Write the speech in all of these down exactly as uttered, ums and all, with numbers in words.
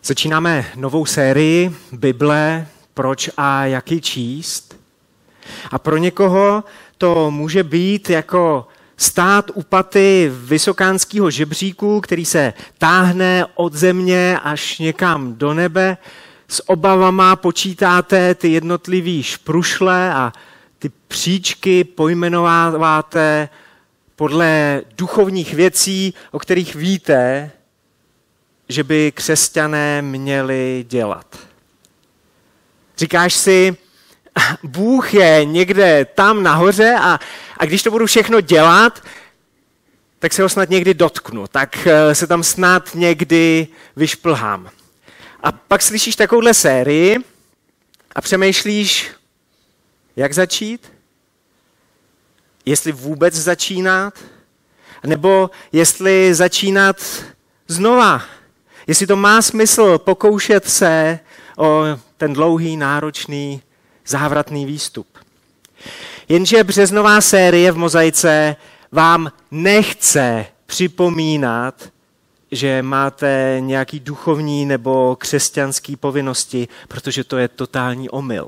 Začínáme novou sérii Bible, proč a jak ji číst. A pro někoho to může být jako stát u paty vysokánského žebříku, který se táhne od země až někam do nebe. S obavama počítáte ty jednotlivý šprušle a ty příčky pojmenováváte podle duchovních věcí, o kterých víte, že by křesťané měli dělat. Říkáš si, Bůh je někde tam nahoře a, a když to budu všechno dělat, tak se ho snad někdy dotknu, tak se tam snad někdy vyšplhám. A pak slyšíš takovouhle sérii a přemýšlíš, jak začít? Jestli vůbec začínat? Nebo jestli začínat znova? Jestli to má smysl pokoušet se o ten dlouhý, náročný, závratný výstup. Jenže březnová série v Mozaice vám nechce připomínat, že máte nějaký duchovní nebo křesťanský povinnosti, protože to je totální omyl.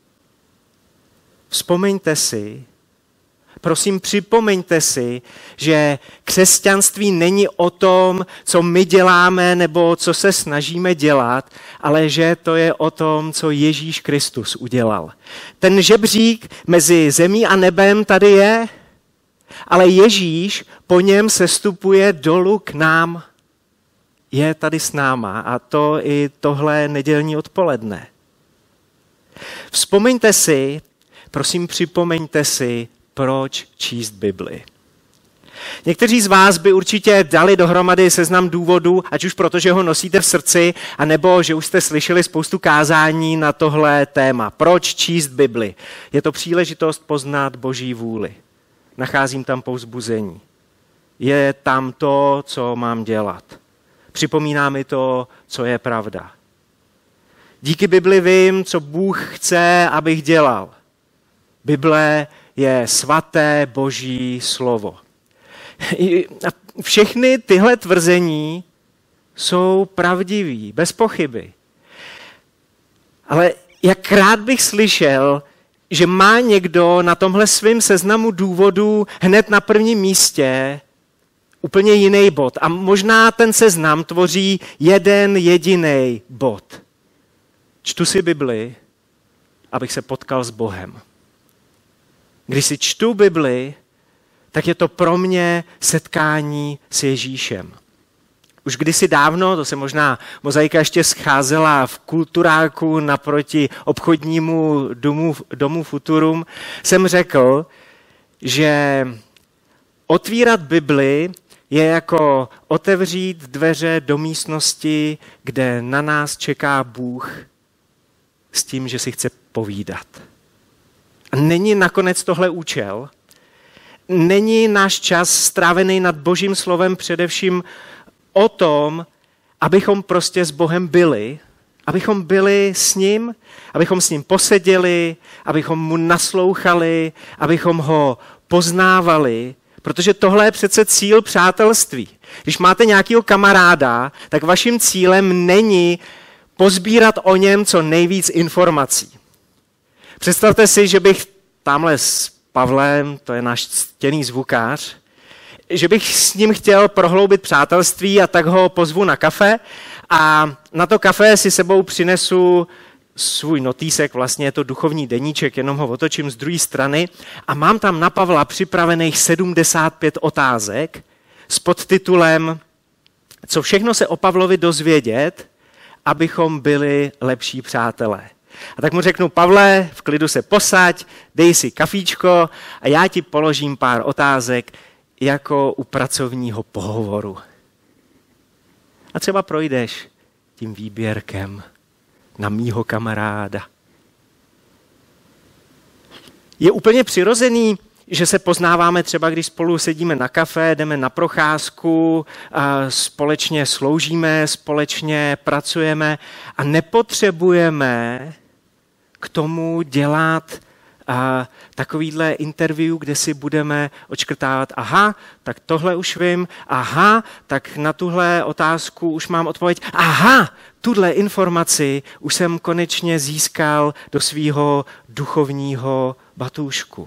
Vzpomeňte si, prosím, připomeňte si, že křesťanství není o tom, co my děláme nebo co se snažíme dělat, ale že to je o tom, co Ježíš Kristus udělal. Ten žebřík mezi zemí a nebem tady je, ale Ježíš po něm sestupuje dolů k nám. Je tady s náma a to i tohle nedělní odpoledne. Vzpomeňte si, prosím, připomeňte si, proč číst Bibli. Někteří z vás by určitě dali dohromady seznam důvodů, ať už proto, že ho nosíte v srdci, anebo že už jste slyšeli spoustu kázání na tohle téma. Proč číst Bibli? Je to příležitost poznat Boží vůli. Nacházím tam povzbuzení. Je tam to, co mám dělat. Připomíná mi to, co je pravda. Díky Bibli vím, co Bůh chce, abych dělal. Bible je svaté Boží slovo. Všechny tyhle tvrzení jsou pravdivý, bez pochyby. Ale jak rád bych slyšel, že má někdo na tomhle svém seznamu důvodů hned na prvním místě úplně jiný bod. A možná ten seznam tvoří jeden jediný bod. Čtu si Bibli, abych se potkal s Bohem. Když si čtu Bibli, tak je to pro mě setkání s Ježíšem. Už kdysi dávno, to se možná Mozaika ještě scházela v kulturáku naproti obchodnímu domu, domu Futurum, jsem řekl, že otvírat Bibli je jako otevřít dveře do místnosti, kde na nás čeká Bůh s tím, že si chce povídat. A není nakonec tohle účel? Není náš čas strávený nad Božím slovem především o tom, abychom prostě s Bohem byli, abychom byli s ním, abychom s ním poseděli, abychom mu naslouchali, abychom ho poznávali, protože tohle je přece cíl přátelství. Když máte nějakého kamaráda, tak vaším cílem není pozbírat o něm co nejvíc informací. Představte si, že bych tamhle s Pavlem, to je náš ctěný zvukář, že bych s ním chtěl prohloubit přátelství a tak ho pozvu na kafe a na to kafe si sebou přinesu svůj notýsek, vlastně je to duchovní deníček, jenom ho otočím z druhé strany a mám tam na Pavla připravených sedmdesát pět otázek s podtitulem Co všechno se o Pavlovi dozvědět, abychom byli lepší přátelé. A tak mu řeknu, Pavle, v klidu se posaď, dej si kafíčko a já ti položím pár otázek jako u pracovního pohovoru. A třeba projdeš tím výběrkem na mýho kamaráda. Je úplně přirozený, že se poznáváme třeba, když spolu sedíme na kafe, jdeme na procházku, společně sloužíme, společně pracujeme a nepotřebujeme k tomu dělat a takovýhle interview, kde si budeme odškrtávat, aha, tak tohle už vím, aha, tak na tuhle otázku už mám odpověď, aha, tuhle informaci už jsem konečně získal do svýho duchovního batůžku.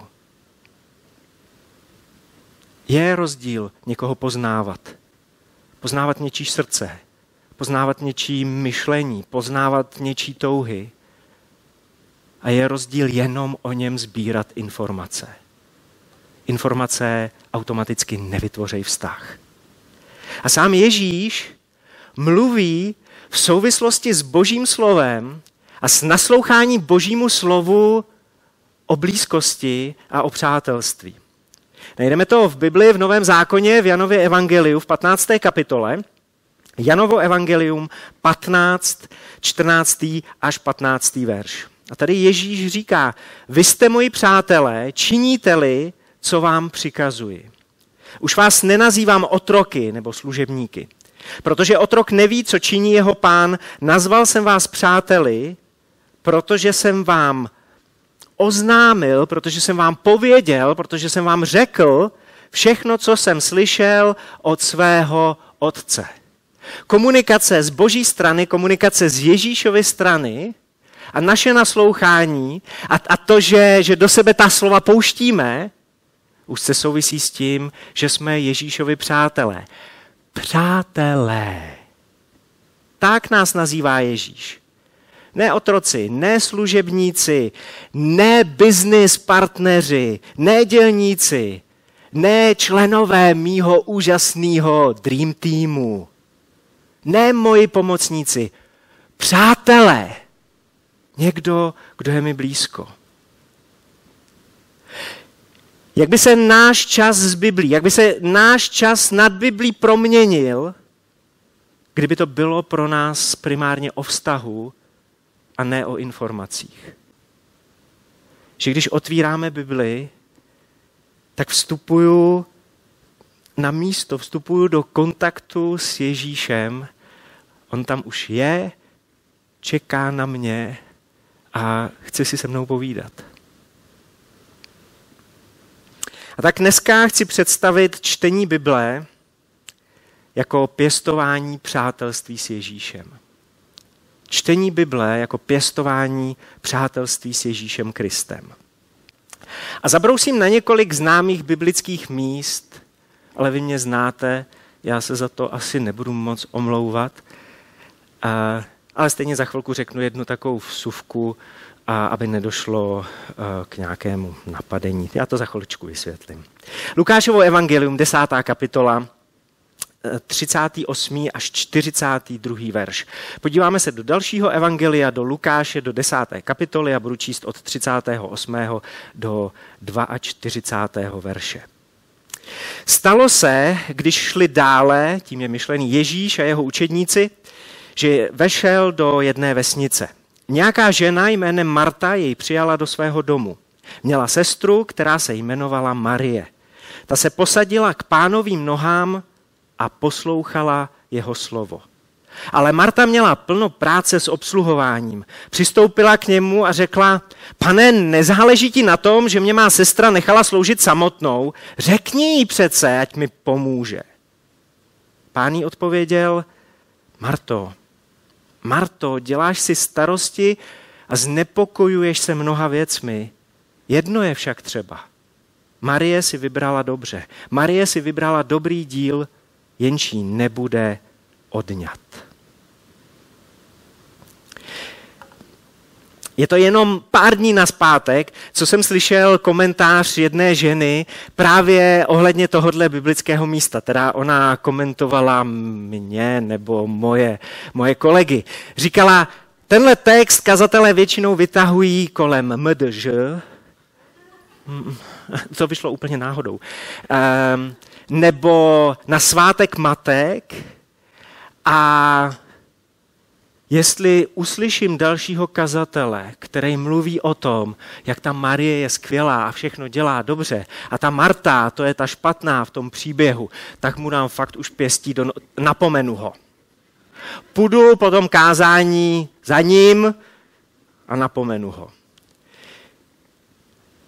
Je rozdíl někoho poznávat. Poznávat něčí srdce, poznávat něčí myšlení, poznávat něčí touhy. A je rozdíl jenom o něm sbírat informace. Informace automaticky nevytvoří vztah. A sám Ježíš mluví v souvislosti s Božím slovem a s nasloucháním Božímu slovu o blízkosti a o přátelství. Najdeme to v Bibli v Novém zákoně v Janově evangeliu v patnácté kapitole. Janovo evangelium patnáct, čtrnáctý až patnáctý verš. A tady Ježíš říká, vy jste moji přátelé, činíte-li, co vám přikazuji. Už vás nenazývám otroky nebo služebníky, protože otrok neví, co činí jeho pán. Nazval jsem vás přáteli, protože jsem vám oznámil, protože jsem vám pověděl, protože jsem vám řekl všechno, co jsem slyšel od svého otce. Komunikace z Boží strany, komunikace z Ježíšovy strany a naše naslouchání a, a to, že, že do sebe ta slova pouštíme, už se souvisí s tím, že jsme Ježíšovi přátelé. Přátelé. Tak nás nazývá Ježíš. Ne otroci, ne služebníci, ne business partneři, ne dělníci, ne členové mýho úžasného dream teamu, ne moji pomocníci, přátelé. Někdo, kdo je mi blízko. Jak by se náš čas z Biblí, jak by se náš čas nad Biblí proměnil, kdyby to bylo pro nás primárně o vztahu a ne o informacích. Že když otvíráme Bibli, tak vstupuju na místo, vstupuju do kontaktu s Ježíšem. On tam už je, čeká na mě a chce si se mnou povídat. A tak dneska chci představit čtení Bible jako pěstování přátelství s Ježíšem. Čtení Bible jako pěstování přátelství s Ježíšem Kristem. A zabrousím na několik známých biblických míst, ale vy mě znáte, já se za to asi nebudu moc omlouvat, a, ale stejně za chvilku řeknu jednu takovou vsuvku, a aby nedošlo k nějakému napadení. Já to za chviličku vysvětlím. Lukášovo evangelium, desátá kapitola, třicátý osmý až čtyřicátý druhý verš. Podíváme se do dalšího evangelia, do Lukáše, do desáté kapitoly a budu číst od třicátého osmého do čtyřicátého druhého verše. Stalo se, když šli dále, tím je myšlený Ježíš a jeho učedníci, že vešel do jedné vesnice. Nějaká žena jménem Marta jej přijala do svého domu. Měla sestru, která se jmenovala Marie. Ta se posadila k pánovým nohám a poslouchala jeho slovo. Ale Marta měla plno práce s obsluhováním. Přistoupila k němu a řekla, pane, nezáleží ti na tom, že mě má sestra nechala sloužit samotnou? Řekni jí přece, ať mi pomůže. Pán jí odpověděl, Marto, Marto, děláš si starosti a znepokojuješ se mnoha věcmi. Jedno je však třeba. Marie si vybrala dobře. Marie si vybrala dobrý díl, jenž jí nebude odňat. Je to jenom pár dní nazpátek, co jsem slyšel komentář jedné ženy právě ohledně tohohle biblického místa. Teda ona komentovala mě nebo moje, moje kolegy. Říkala, tenhle text kazatelé většinou vytahují kolem M D Ž. To vyšlo úplně náhodou. Um, nebo na svátek matek a jestli uslyším dalšího kazatele, který mluví o tom, jak ta Marie je skvělá a všechno dělá dobře a ta Marta, to je ta špatná v tom příběhu, tak mu dám fakt už pěstí, do, napomenu ho. Půjdu po tom kázání za ním a napomenu ho.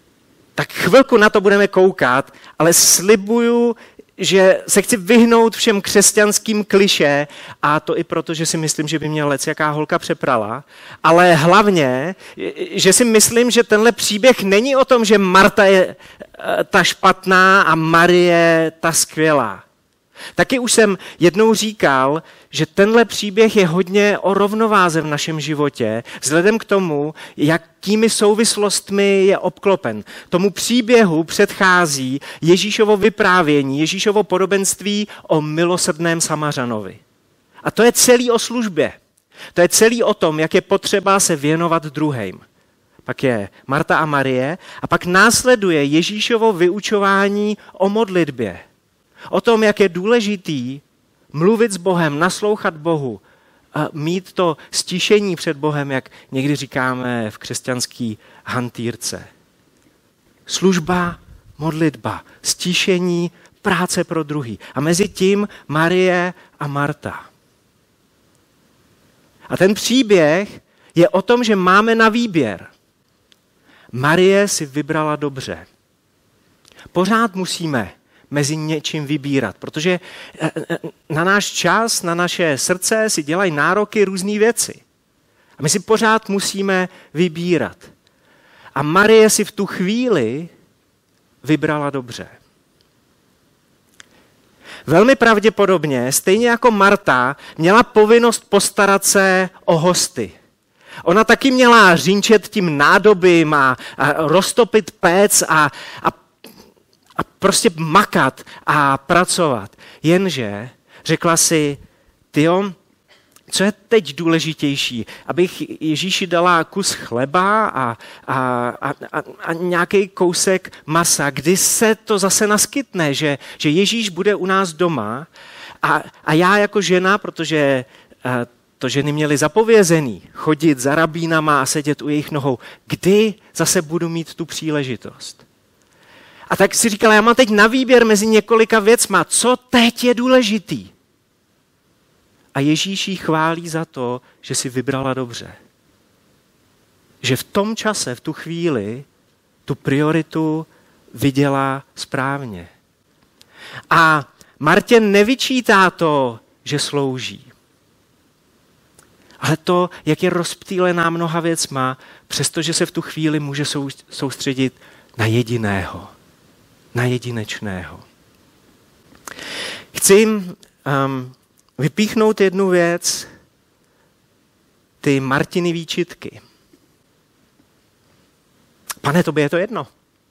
tak chvilku na to budeme koukat, ale slibuju, že se chci vyhnout všem křesťanským klišé, a to i proto, že si myslím, že by mě lecjaká holka přeprala, ale hlavně, že si myslím, že tenhle příběh není o tom, že Marta je ta špatná a Marie ta skvělá. Taky už jsem jednou říkal, že tenhle příběh je hodně o rovnováze v našem životě, vzhledem k tomu, jakými souvislostmi je obklopen. Tomu příběhu předchází Ježíšovo vyprávění, Ježíšovo podobenství o milosrdném Samařanovi. A to je celý o službě. To je celý o tom, jak je potřeba se věnovat druhým. Pak je Marta a Marie a pak následuje Ježíšovo vyučování o modlitbě. O tom, jak je důležitý mluvit s Bohem, naslouchat Bohu, a mít to stišení před Bohem, jak někdy říkáme v křesťanské hantýrce. Služba, modlitba, stišení, práce pro druhý. A mezi tím Marie a Marta. A ten příběh je o tom, že máme na výběr. Marie si vybrala dobře. Pořád musíme mezi něčím vybírat, protože na náš čas, na naše srdce si dělají nároky různé věci. A my si pořád musíme vybírat. A Marie si v tu chvíli vybrala dobře. Velmi pravděpodobně, stejně jako Marta, měla povinnost postarat se o hosty. Ona taky měla řínčet tím nádobím a, a roztopit péc a, a A prostě makat a pracovat. Jenže řekla si, tyjo, co je teď důležitější? Abych Ježíši dala kus chleba a, a, a, a, a nějaký kousek masa, kdy se to zase naskytne, že, že Ježíš bude u nás doma a, a já jako žena, protože a, to ženy měly zapovězený, chodit za rabínama a sedět u jejich nohou, kdy zase budu mít tu příležitost? A tak si říkala, já mám teď na výběr mezi několika věcma, co teď je důležitý. A Ježíš jí chválí za to, že si vybrala dobře. Že v tom čase, v tu chvíli, tu prioritu viděla správně. A Martě nevyčítá to, že slouží. Ale to, jak je rozptýlená mnoha věcma, přestože se v tu chvíli může soustředit na jediného. Na jedinečného. Chci um, vypíchnout jednu věc, ty Martiny výčitky. Pane, tobě je to jedno.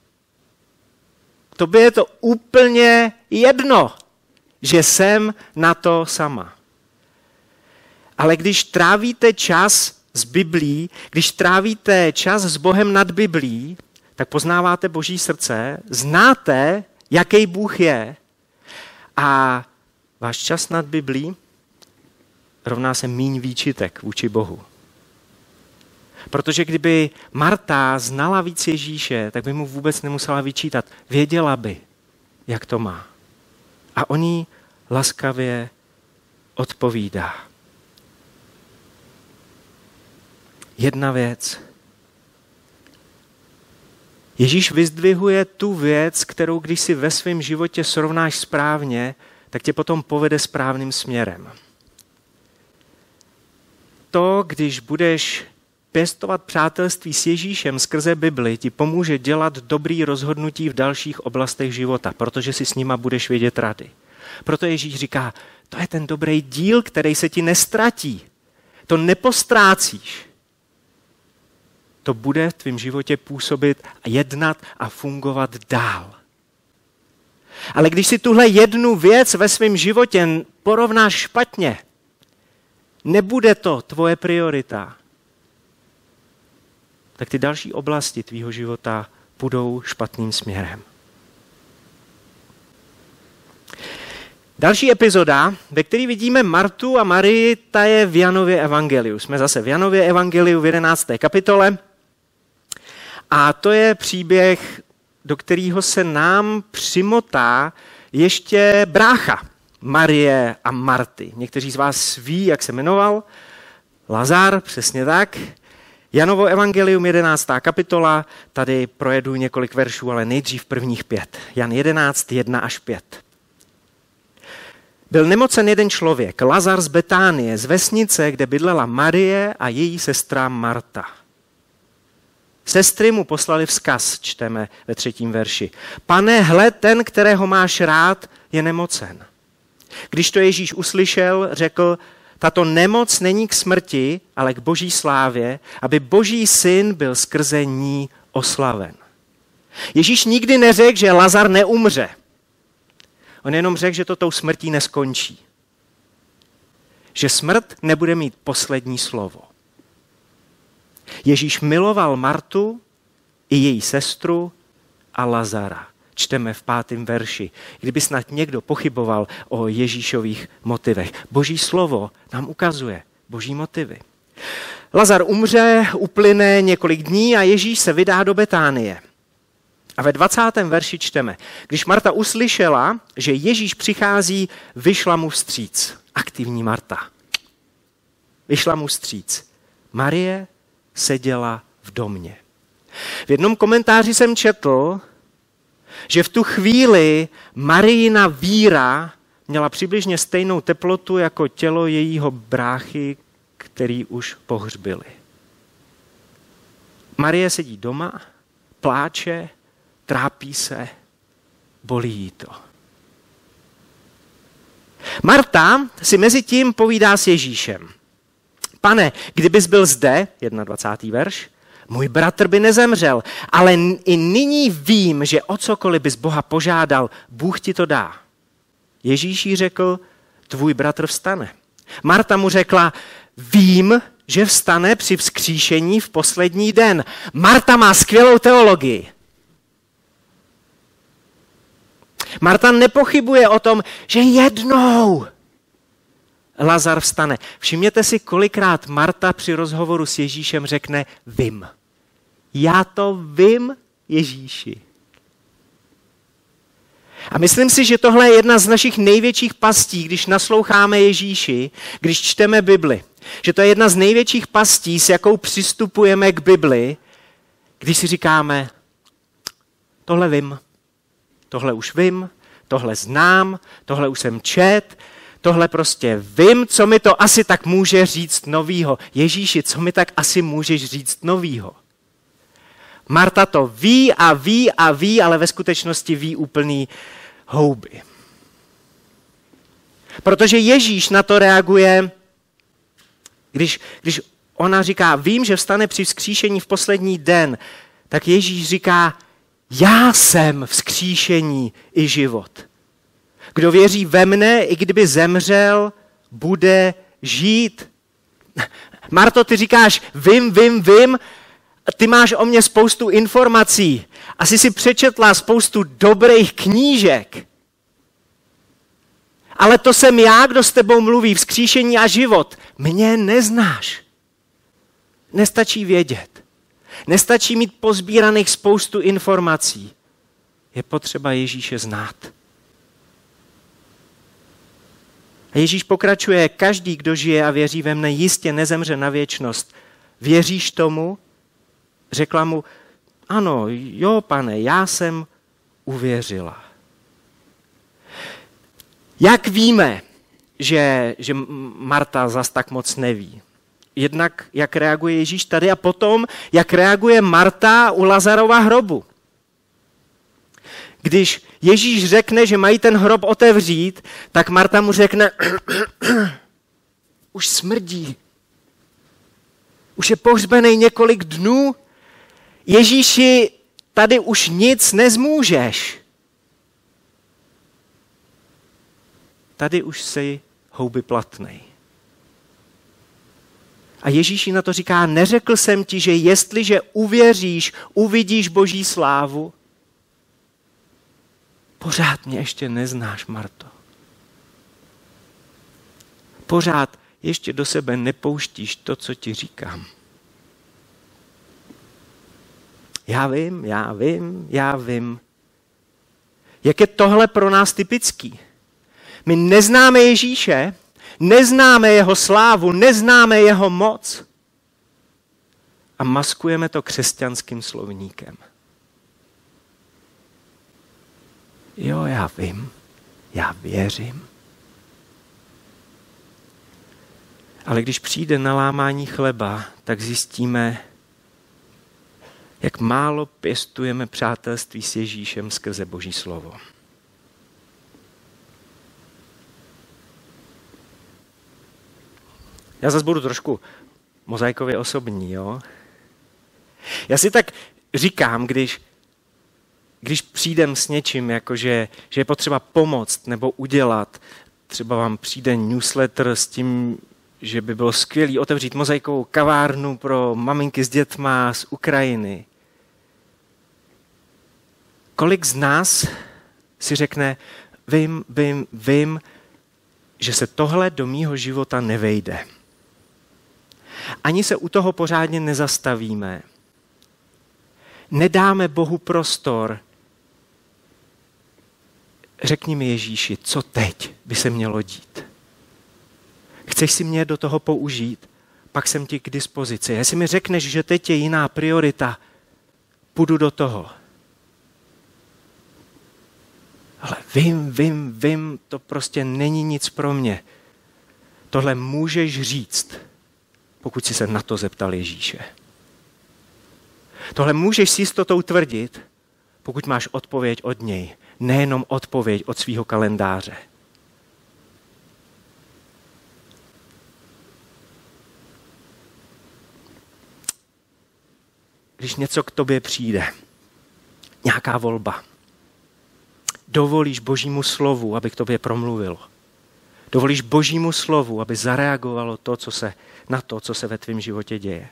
Tobě je to úplně jedno, že jsem na to sama. Ale když trávíte čas s Biblí, když trávíte čas s Bohem nad Biblí, tak poznáváte Boží srdce, znáte, jaký Bůh je a váš čas nad Biblí rovná se míň výčitek vůči Bohu. Protože kdyby Marta znala víc Ježíše, tak by mu vůbec nemusela vyčítat. Věděla by, jak to má. A on jí laskavě odpovídá. Jedna věc. Ježíš vyzdvihuje tu věc, kterou když si ve svém životě srovnáš správně, tak tě potom povede správným směrem. To, když budeš pěstovat přátelství s Ježíšem skrze Bibli, ti pomůže dělat dobrý rozhodnutí v dalších oblastech života, protože si s nima budeš vědět rady. Proto Ježíš říká, to je ten dobrý díl, který se ti nestratí. To nepostrácíš. To bude v tvém životě působit a jednat a fungovat dál. Ale když si tuhle jednu věc ve svém životě porovnáš špatně, nebude to tvoje priorita, tak ty další oblasti tvýho života půjdou špatným směrem. Další epizoda, ve které vidíme Martu a Marii, ta je v Janově evangeliu. Jsme zase v Janově evangeliu v jedenácté kapitole. A to je příběh, do kterého se nám přimotá ještě brácha Marie a Marty. Někteří z vás ví, jak se jmenoval. Lazar, přesně tak. Janovo evangelium, jedenáctá kapitola, tady projedu několik veršů, ale nejdřív prvních pět. Jan jedenáct, jedna až pět. Byl nemocen jeden člověk, Lazar z Betánie, z vesnice, kde bydlela Marie a její sestra Marta. Sestry mu poslali vzkaz, čteme ve třetím verši. Pane, hle, ten, kterého máš rád, je nemocen. Když to Ježíš uslyšel, řekl, tato nemoc není k smrti, ale k boží slávě, aby boží syn byl skrze ní oslaven. Ježíš nikdy neřekl, že Lazar neumře. On jenom řekl, že to tou smrtí neskončí. Že smrt nebude mít poslední slovo. Ježíš miloval Martu i její sestru a Lazara. Čteme v pátém verši. Kdyby snad někdo pochyboval o Ježíšových motivech. Boží slovo nám ukazuje boží motivy. Lazar umře, uplyne několik dní a Ježíš se vydá do Betánie. A ve dvacátém verši čteme. Když Marta uslyšela, že Ježíš přichází, vyšla mu vstříc. Aktivní Marta. Vyšla mu vstříc. Marie seděla v domě. V jednom komentáři jsem četl, že v tu chvíli Marijina víra měla přibližně stejnou teplotu jako tělo jejího bráchy, který už pohřbili. Marie sedí doma, pláče, trápí se, bolí jí to. Marta si mezi tím povídá s Ježíšem. Pane, kdybys byl zde, dvacátý první verš, můj bratr by nezemřel, ale i nyní vím, že o cokoliv bys Boha požádal, Bůh ti to dá. Ježíš jí řekl, tvůj bratr vstane. Marta mu řekla, vím, že vstane při vzkříšení v poslední den. Marta má skvělou teologii. Marta nepochybuje o tom, že jednou Lazar vstane. Všimněte si, kolikrát Marta při rozhovoru s Ježíšem řekne vím. Já to vím, Ježíši. A myslím si, že tohle je jedna z našich největších pastí, když nasloucháme Ježíši, když čteme Bibli. Že to je jedna z největších pastí, s jakou přistupujeme k Bibli, když si říkáme, tohle vím, tohle už vím, tohle znám, tohle už jsem čet, tohle prostě vím, co mi to asi tak může říct novýho. Ježíši, co mi tak asi můžeš říct novýho? Marta to ví a ví a ví, ale ve skutečnosti ví úplný houby. Protože Ježíš na to reaguje, když, když ona říká, vím, že vstane při vzkříšení v poslední den, tak Ježíš říká, já jsem vzkříšení i život. Kdo věří ve mne, i kdyby zemřel, bude žít. Marto, ty říkáš, vím, vím, vím, ty máš o mě spoustu informací. Asi si přečetla spoustu dobrých knížek. Ale to jsem já, kdo s tebou mluví, vzkříšení a život. Mě neznáš. Nestačí vědět. Nestačí mít pozbíraných spoustu informací. Je potřeba Ježíše znát. A Ježíš pokračuje, každý, kdo žije a věří ve mne, jistě nezemře na věčnost. Věříš tomu? Řekla mu, ano, jo, pane, já jsem uvěřila. Jak víme, že, že Marta zas tak moc neví? Jednak, jak reaguje Ježíš tady a potom, jak reaguje Marta u Lazarova hrobu. Když Ježíš řekne, že mají ten hrob otevřít, tak Marta mu řekne, už smrdí. Už je pohřbený několik dnů. Ježíši, tady už nic nezmůžeš. Tady už jsi houby platnej. A Ježíš na to říká, neřekl jsem ti, že jestliže uvěříš, uvidíš Boží slávu. Pořád mě ještě neznáš, Marto. Pořád ještě do sebe nepouštíš to, co ti říkám. Já vím, já vím, já vím. Jak je tohle pro nás typický? My neznáme Ježíše, neznáme jeho slávu, neznáme jeho moc. a maskujeme to křesťanským slovníkem. Jo, já vím, já věřím. Ale když přijde na lámání chleba, tak zjistíme, jak málo pěstujeme přátelství s Ježíšem skrze Boží slovo. Já zase budu trošku mozaikově osobní, jo? Já si tak říkám, když, když přijdem s něčím, jakože, že je potřeba pomoct nebo udělat, třeba vám přijde newsletter s tím, že by bylo skvělé otevřít mozaikovou kavárnu pro maminky s dětma z Ukrajiny. Kolik z nás si řekne, vím, vím, vím, že se tohle do mýho života nevejde. Ani se u toho pořádně nezastavíme. Nedáme Bohu prostor. Řekni mi, Ježíši, co teď by se mělo dít? Chceš si mě do toho použít? Pak jsem ti k dispozici. Jestli mi řekneš, že teď je jiná priorita, půjdu do toho. Ale vím, vím, vím, to prostě není nic pro mě. Tohle můžeš říct, pokud jsi se na to zeptal Ježíše. Tohle můžeš s jistotou tvrdit, pokud máš odpověď od něj, nejenom odpověď od svého kalendáře. Když něco k tobě přijde, nějaká volba, dovolíš Božímu slovu, aby k tobě promluvilo. Dovolíš Božímu slovu, aby zareagovalo to, co se, na to, co se ve tvém životě děje.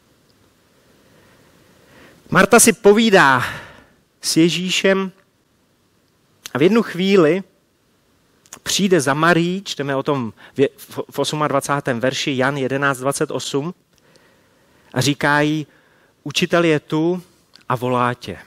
Marta si povídá s Ježíšem a v jednu chvíli přijde za Marií, čteme o tom v dvacátém osmém verši Jan jedenáct dvacet osm a říká jí, učitel je tu a volá tě.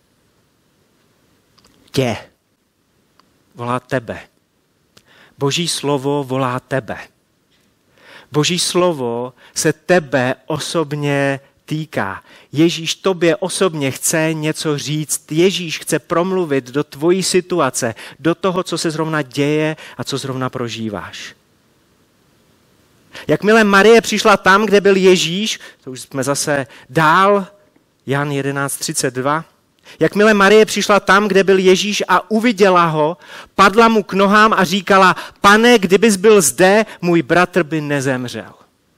Tě. Volá tebe. Boží slovo volá tebe. Boží slovo se tebe osobně týká. Ježíš tobě osobně chce něco říct. Ježíš chce promluvit do tvojí situace, do toho, co se zrovna děje a co zrovna prožíváš. Jakmile Marie přišla tam, kde byl Ježíš, to už jsme zase dál, Jan jedenáct třicet dva, jakmile Marie přišla tam, kde byl Ježíš a uviděla ho, padla mu k nohám a říkala, Pane, kdybys byl zde, můj bratr by nezemřel.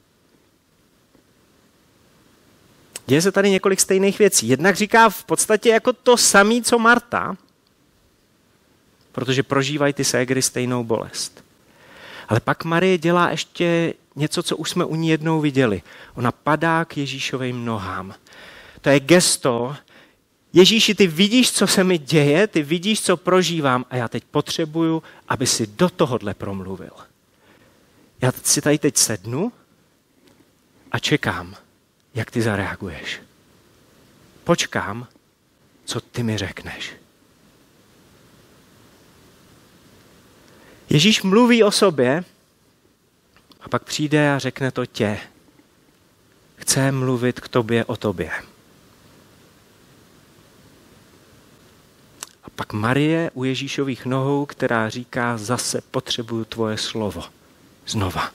Děje se tady několik stejných věcí. Jednak říká v podstatě jako to samé, co Marta, protože prožívají ty ségry stejnou bolest. Ale pak Marie dělá ještě něco, co už jsme u ní jednou viděli. Ona padá k Ježíšovým nohám. To je gesto, Ježíši, ty vidíš, co se mi děje, ty vidíš, co prožívám a já teď potřebuju, aby si do tohohle promluvil. Já si tady teď sednu a čekám, jak ty zareaguješ. Počkám, co ty mi řekneš. Ježíš mluví o sobě a pak přijde a řekne to tě. Chce mluvit k tobě o tobě. A pak Marie u Ježíšových nohou, která říká, zase potřebuju tvoje slovo. Znova.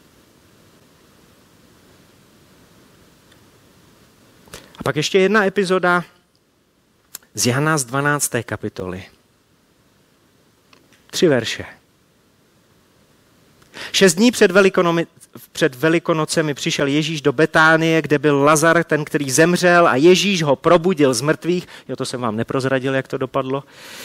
A pak ještě jedna epizoda z Jana z dvanácté kapitoly. Tři verše. Šest dní před, velikonomi, před Velikonocemi přišel Ježíš do Betánie, kde byl Lazar, ten, který zemřel, a Ježíš ho probudil z mrtvých. Jo, to jsem vám neprozradil, jak to dopadlo.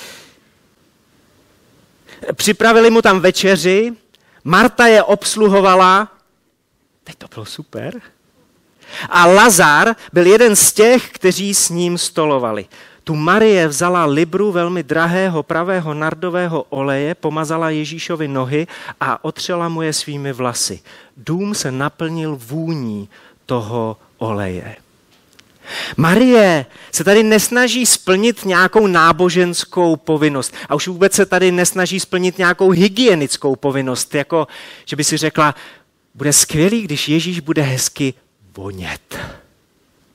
Připravili mu tam večeři, Marta je obsluhovala, teď to bylo super, a Lazar byl jeden z těch, kteří s ním stolovali. Tu Marie vzala libru velmi drahého pravého nardového oleje, pomazala Ježíšovi nohy a otřela mu je svými vlasy. Dům se naplnil vůní toho oleje. Marie se tady nesnaží splnit nějakou náboženskou povinnost a už vůbec se tady nesnaží splnit nějakou hygienickou povinnost, jako že by si řekla, bude skvělý, když Ježíš bude hezky vonět.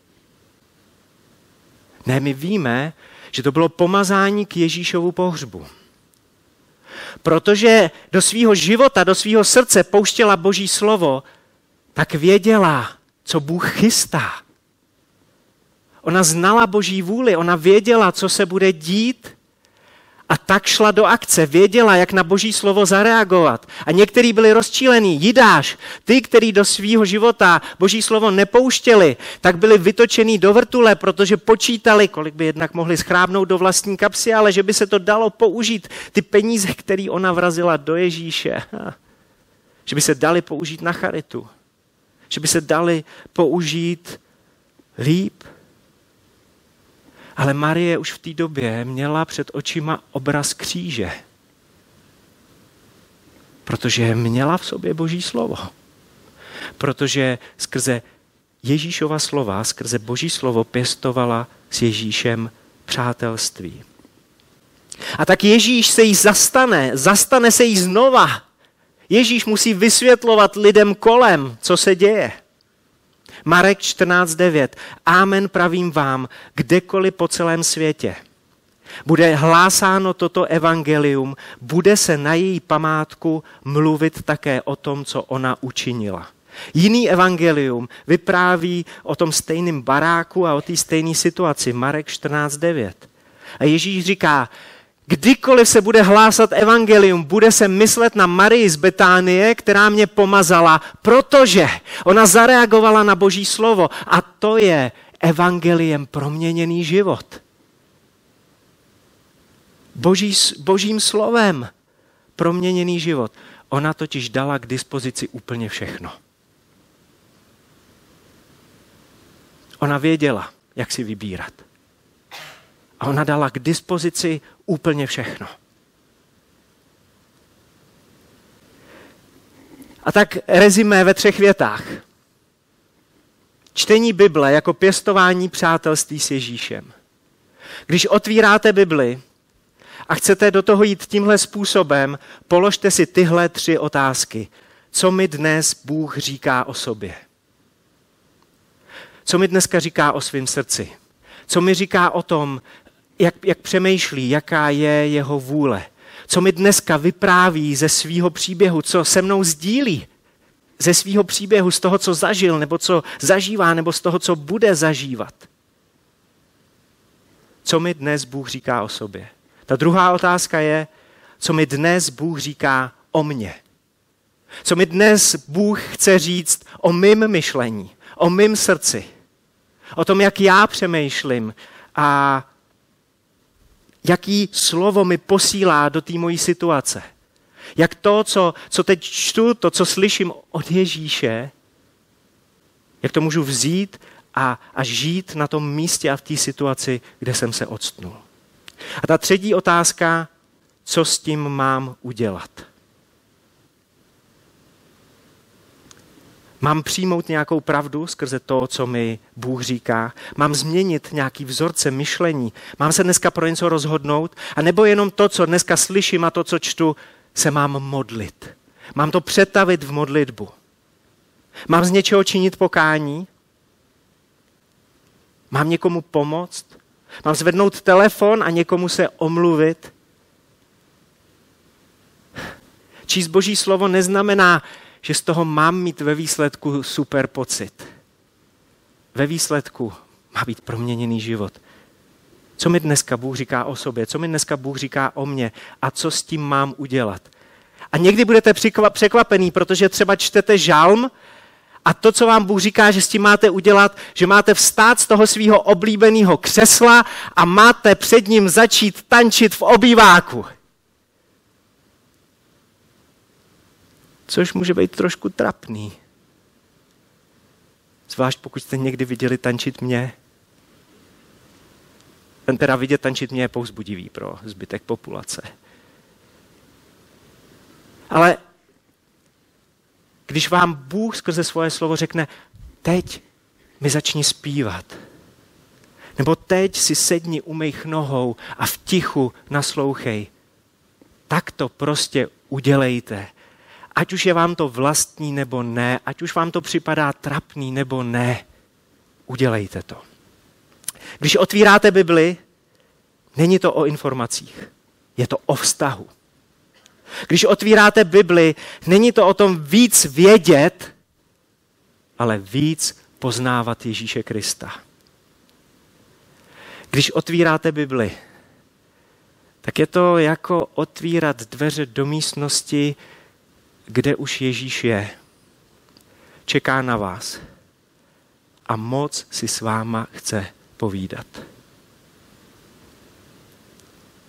Ne, my víme, že to bylo pomazání k Ježíšovu pohřbu. Protože do svého života, do svého srdce pouštěla Boží slovo, tak věděla, co Bůh chystá. Ona znala Boží vůli, ona věděla, co se bude dít a tak šla do akce. Věděla, jak na Boží slovo zareagovat. A někteří byli rozčílení. Jidáš, ty, kteří do svého života Boží slovo nepouštěli, tak byli vytočený do vrtule, protože počítali, kolik by jednak mohli schrábnout do vlastní kapsy, ale že by se to dalo použít, ty peníze, které ona vrazila do Ježíše. Že by se dali použít na charitu. Že by se dali použít líp. Ale Marie už v té době měla před očima obraz kříže. Protože měla v sobě Boží slovo. Protože skrze Ježíšova slova, skrze Boží slovo pěstovala s Ježíšem přátelství. A tak Ježíš se jí zastane, zastane se jí znova. Ježíš musí vysvětlovat lidem kolem, co se děje. Marek čtrnáct devět. Amen pravím vám, kdekoliv po celém světě bude hlásáno toto evangelium, bude se na její památku mluvit také o tom, co ona učinila. Jiný evangelium vypráví o tom stejném baráku a o té stejné situaci. Marek čtrnáct devět. A Ježíš říká, kdykoliv se bude hlásat evangelium, bude se myslet na Marii z Betánie, která mě pomazala, protože ona zareagovala na Boží slovo a to je evangeliem proměněný život. Boží, božím slovem proměněný život. Ona totiž dala k dispozici úplně všechno. Ona věděla, jak si vybírat. A ona dala k dispozici úplně všechno. A tak rezimé ve třech větách. Čtení Bible jako pěstování přátelství s Ježíšem. Když otvíráte Bibli a chcete do toho jít tímhle způsobem, položte si tyhle tři otázky. Co mi dnes Bůh říká o sobě? Co mi dneska říká o svém srdci? Co mi říká o tom, Jak, jak přemýšlí, jaká je jeho vůle. Co mi dneska vypráví ze svýho příběhu, co se mnou sdílí ze svýho příběhu, z toho, co zažil, nebo co zažívá, nebo z toho, co bude zažívat. Co mi dnes Bůh říká o sobě. Ta druhá otázka je, co mi dnes Bůh říká o mně. Co mi dnes Bůh chce říct o mým myšlení, o mým srdci. O tom, jak já přemýšlím a jaký slovo mi posílá do té mojí situace. Jak to, co, co teď čtu, to, co slyším od Ježíše, jak to můžu vzít a, a žít na tom místě a v té situaci, kde jsem se octnul. A ta třetí otázka, co s tím mám udělat? Mám přijmout nějakou pravdu skrze to, co mi Bůh říká? Mám změnit nějaký vzorce myšlení? Mám se dneska pro něco rozhodnout? A nebo jenom to, co dneska slyším a to, co čtu, se mám modlit? Mám to přetavit v modlitbu? Mám z něčeho činit pokání? Mám někomu pomoct? Mám zvednout telefon a někomu se omluvit? Číst Boží slovo neznamená, že z toho mám mít ve výsledku super pocit. Ve výsledku má být proměněný život. Co mi dneska Bůh říká o sobě, co mi dneska Bůh říká o mně a co s tím mám udělat. A někdy budete překvapený, protože třeba čtete žalm a to, co vám Bůh říká, že s tím máte udělat, že máte vstát z toho svého oblíbeného křesla a máte před ním začít tančit v obýváku. Což může být trošku trapný. Zvlášť pokud jste někdy viděli tančit mě. Ten teda vidět tančit mě je povzbudivý pro zbytek populace. Ale když vám Bůh skrze svoje slovo řekne, teď mi začni zpívat. Nebo teď si sedni u mých nohou a v tichu naslouchej. Tak to prostě udělejte. Ať už je vám to vlastní nebo ne, ať už vám to připadá trapný nebo ne, udělejte to. Když otvíráte Bibli, není to o informacích, je to o vztahu. Když otvíráte Bibli, není to o tom víc vědět, ale víc poznávat Ježíše Krista. Když otvíráte Bibli, tak je to jako otvírat dveře do místnosti, kde už Ježíš je. Čeká na vás a moc si s váma chce povídat.